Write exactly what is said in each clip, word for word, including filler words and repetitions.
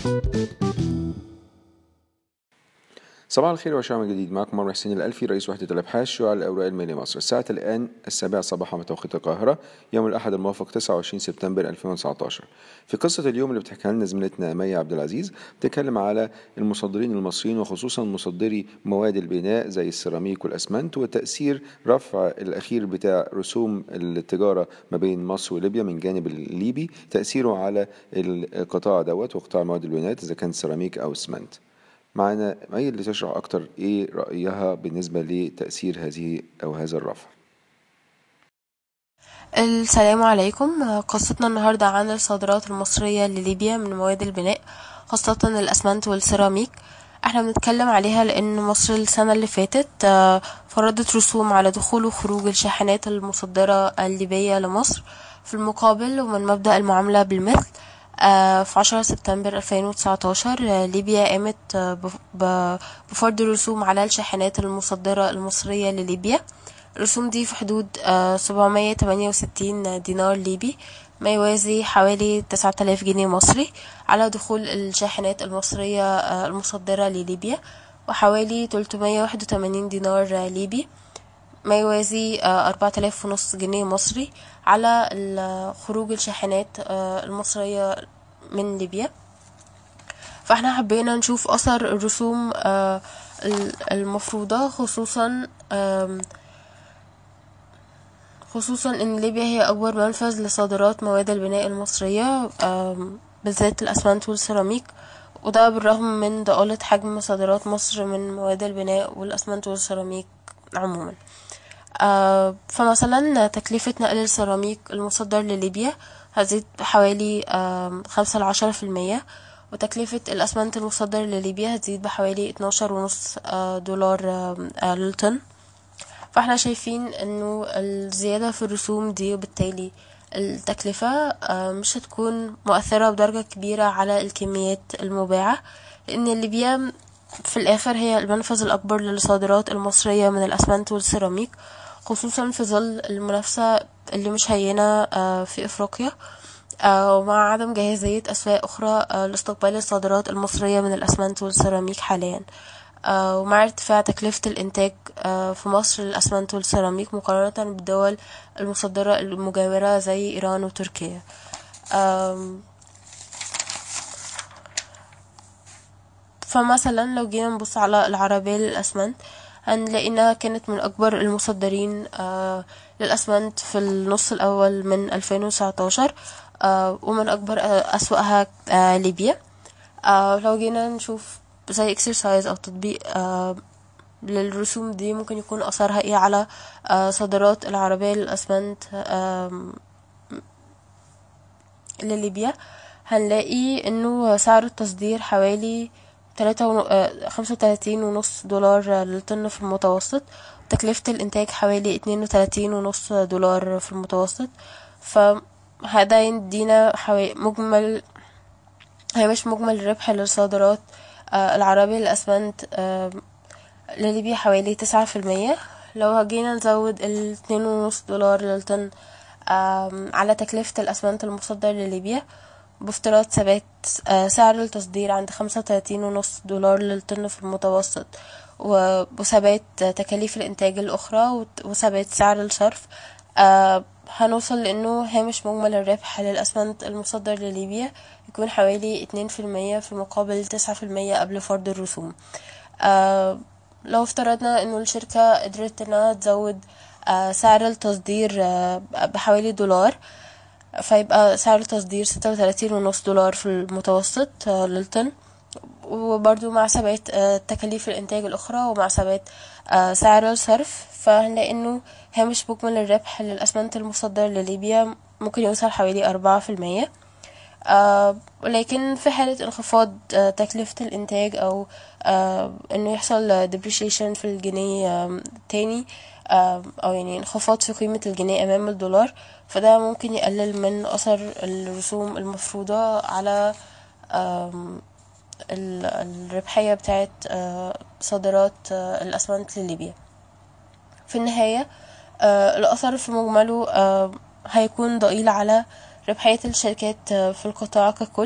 صباح الخير وشعب جديد. معكم مروان حسين الألفي رئيس وحدة الأبحاث شعاع الأوراق المالية مصر. الساعة الآن السابعة صباحا بتوقيت القاهرة، يوم الأحد الموافق تسعة وعشرين سبتمبر ألفين وتسعة عشر. في قصة اليوم اللي بتحكيها لنا زميلتنا مي عبد العزيز، بتتكلم على المصدرين المصريين وخصوصا مصدري مواد البناء زي السيراميك والأسمنت، وتأثير رفع الأخير بتاع رسوم التجارة ما بين مصر وليبيا من جانب الليبي، تأثيره على القطاع دوت وقطاع مواد البناء إذا كان سيراميك أو أسمنت. معنا مي اللي تشرح أكتر إيه رأيها بالنسبة لتأثير هذه أو هذا الرفع. السلام عليكم. قصتنا النهاردة عن الصادرات المصرية لليبيا من مواد البناء، خاصة الأسمنت والسيراميك. احنا بنتكلم عليها لأن مصر السنة اللي فاتت فرضت رسوم على دخول وخروج الشاحنات المصدرة الليبية لمصر، في المقابل ومن مبدأ المعاملة بالمثل في عشرة سبتمبر ألفين وتسعة عشر ليبيا قامت بفرض رسوم على الشاحنات المصدرة المصرية لليبيا. الرسوم دي في حدود سبعمية تمانية وستين دينار ليبي، ما يوازي حوالي تسعة آلاف جنيه مصري على دخول الشاحنات المصرية المصدرة لليبيا، وحوالي تلتمية واحد وتمانين دينار ليبي ما يوازي أربعة آلاف ونص جنيه مصري على خروج الشاحنات المصرية من ليبيا. فاحنا حبينا نشوف أثر الرسوم المفروضة، خصوصا خصوصا ان ليبيا هي اكبر منفذ لصادرات مواد البناء المصرية، بالذات الاسمنت والسيراميك، وده بالرغم من ضئالة حجم صادرات مصر من مواد البناء والاسمنت والسيراميك عموما. فمثلا تكلفة نقل السيراميك المصدر لليبيا هتزيد حوالي خمسة لعشرة في المية، وتكلفة الاسمنت المصدر لليبيا هتزيد بحوالي اتناشر ونص دولار للطن. فاحنا شايفين انه الزيادة في الرسوم دي وبالتالي التكلفة مش هتكون مؤثرة بدرجة كبيرة على الكميات المباعة، لان ليبيا في الاخر هي المنفذ الاكبر للصادرات المصرية من الاسمنت والسيراميك، خصوصا في ظل المنافسة اللي مش هينة في افريقيا، ومع عدم جاهزية اسواق اخرى لاستقبال الصادرات المصرية من الاسمنت والسيراميك حاليا، ومع ارتفاع تكلفة الانتاج في مصر للأسمنت والسيراميك مقارنة بالدول المصدرة المجاورة زي إيران وتركيا. فمثلا لو جينا نبص على العربية للأسمنت هنلاقي انها كانت من اكبر المصدرين للأسمنت في النص الاول من ألفين وتسعة عشر، ومن اكبر اسواقها ليبيا. لو جينا نشوف زي اكسرسايز او تطبيق آه للرسوم دي، ممكن يكون اثرها ايه على آه صادرات العربية للاسمنت آه لليبيا. هنلاقي انه سعر التصدير حوالي خمسة وتلاتين ونص دولار للطن في المتوسط، تكلفة الانتاج حوالي اتنين وتلاتين ونص دولار في المتوسط. فهذا يدينا حوالي مجمل هي مش مجمل الربح للصادرات آه العربية للأسمنت آه لليبيا حوالي تسعة في المية. لو هجينا نزود الاتنين ونص دولار للطن آه على تكلفة الأسمنت المصدر لليبيا، بافتراض ثبات آه سعر التصدير عند خمسة وتلاتين ونص دولار للطن في المتوسط، وثبات تكاليف الإنتاج الأخرى، وثبات سعر الصرف، آه هنوصل لأنه هامش مجمل الربح للأسمنت المصدر لليبيا يكون حوالي اتنين في المية في مقابل تسعة في المية قبل فرض الرسوم. آه لو افترضنا انه الشركة قدرت انها تزود آه سعر التصدير آه بحوالي دولار، فيبقى سعر التصدير ستة وتلاتين ونص دولار في المتوسط آه للطن، وبرضو مع ثبات آه تكاليف الانتاج الاخرى ومع ثبات آه سعر الصرف، فهنلاقي انه هامش مجمل الربح للأسمنت المصدر لليبيا ممكن يوصل حوالي أربعة في المية. آه ولكن في حالة انخفاض آه تكلفة الانتاج او آه انه يحصل depreciation في الجنيه آه تاني آه او يعني انخفاض في قيمة الجنيه امام الدولار، فده ممكن يقلل من اثر الرسوم المفروضة على آه الربحية بتاعت آه صادرات آه الاسمنت لليبيا. في النهاية آه الاثر في مجمله آه هيكون ضئيل على ربحية الشركات في القطاع ككل،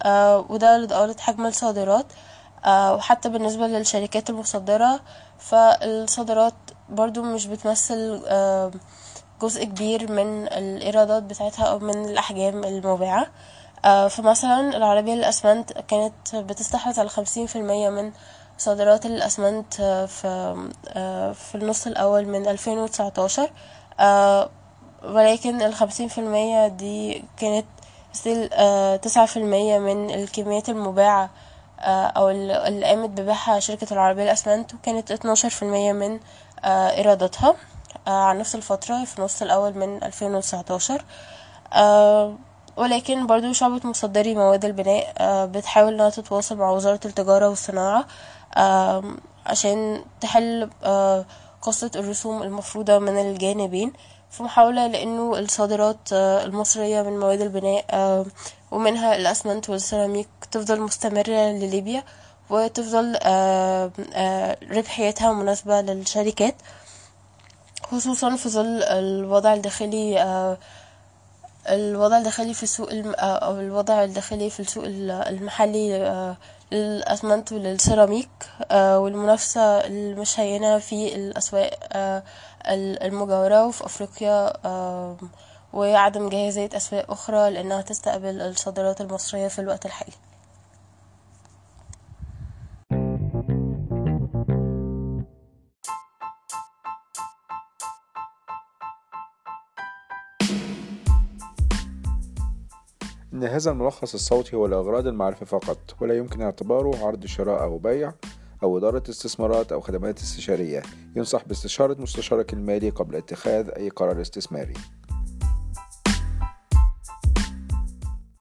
آه، وده لضآلة حجم الصادرات. آه، وحتى بالنسبة للشركات المصدرة فالصادرات برضو مش بتمثل آه، جزء كبير من الإيرادات بتاعتها أو من الأحجام المباعة. آه، فمثلا العربية للأسمنت كانت بتستحوذ على خمسين في المية من صادرات الأسمنت آه، في آه، في النص الأول من ألفين وتسعتاشر. آه، ولكن الخمسين في المية دي كانت ستيل تسعة في المية من الكميات المباعة آه، أو اللي قامت ببيعها شركة العربية للأسمنت، وكانت اتناشر في المية من آه، إيراداتها آه، عن نفس الفترة في النص الأول من ألفين وتسعتاشر. آه، ولكن برضو شعبة مصدري مواد البناء آه، بتحاول انها تتواصل مع وزارة التجارة والصناعة آه، عشان تحل آه، قصة الرسوم المفروضة من الجانبين، في محاولة لأنه الصادرات آه، المصرية من مواد البناء آه، ومنها الأسمنت والسيراميك تفضل مستمرة لليبيا، وتفضل آه، آه، ربحيتها مناسبة للشركات، خصوصا في ظل الوضع الداخلي آه، الوضع الداخلي في السوق الم... او الوضع الداخلي في السوق المحلي آه، للأسمنت وللسيراميك، آه، والمنافسة المش هينة في الأسواق آه، المجاورة وفي أفريقيا، آه، وعدم جاهزية أسواق أخرى لأنها تستقبل الصادرات المصرية في الوقت الحالي. إن هذا الملخص الصوتي هو لأغراض المعرفة فقط، ولا يمكن اعتباره عرض شراء أو بيع أو إدارة استثمارات أو خدمات استشارية. ينصح باستشارة مستشارك المالي قبل اتخاذ أي قرار استثماري.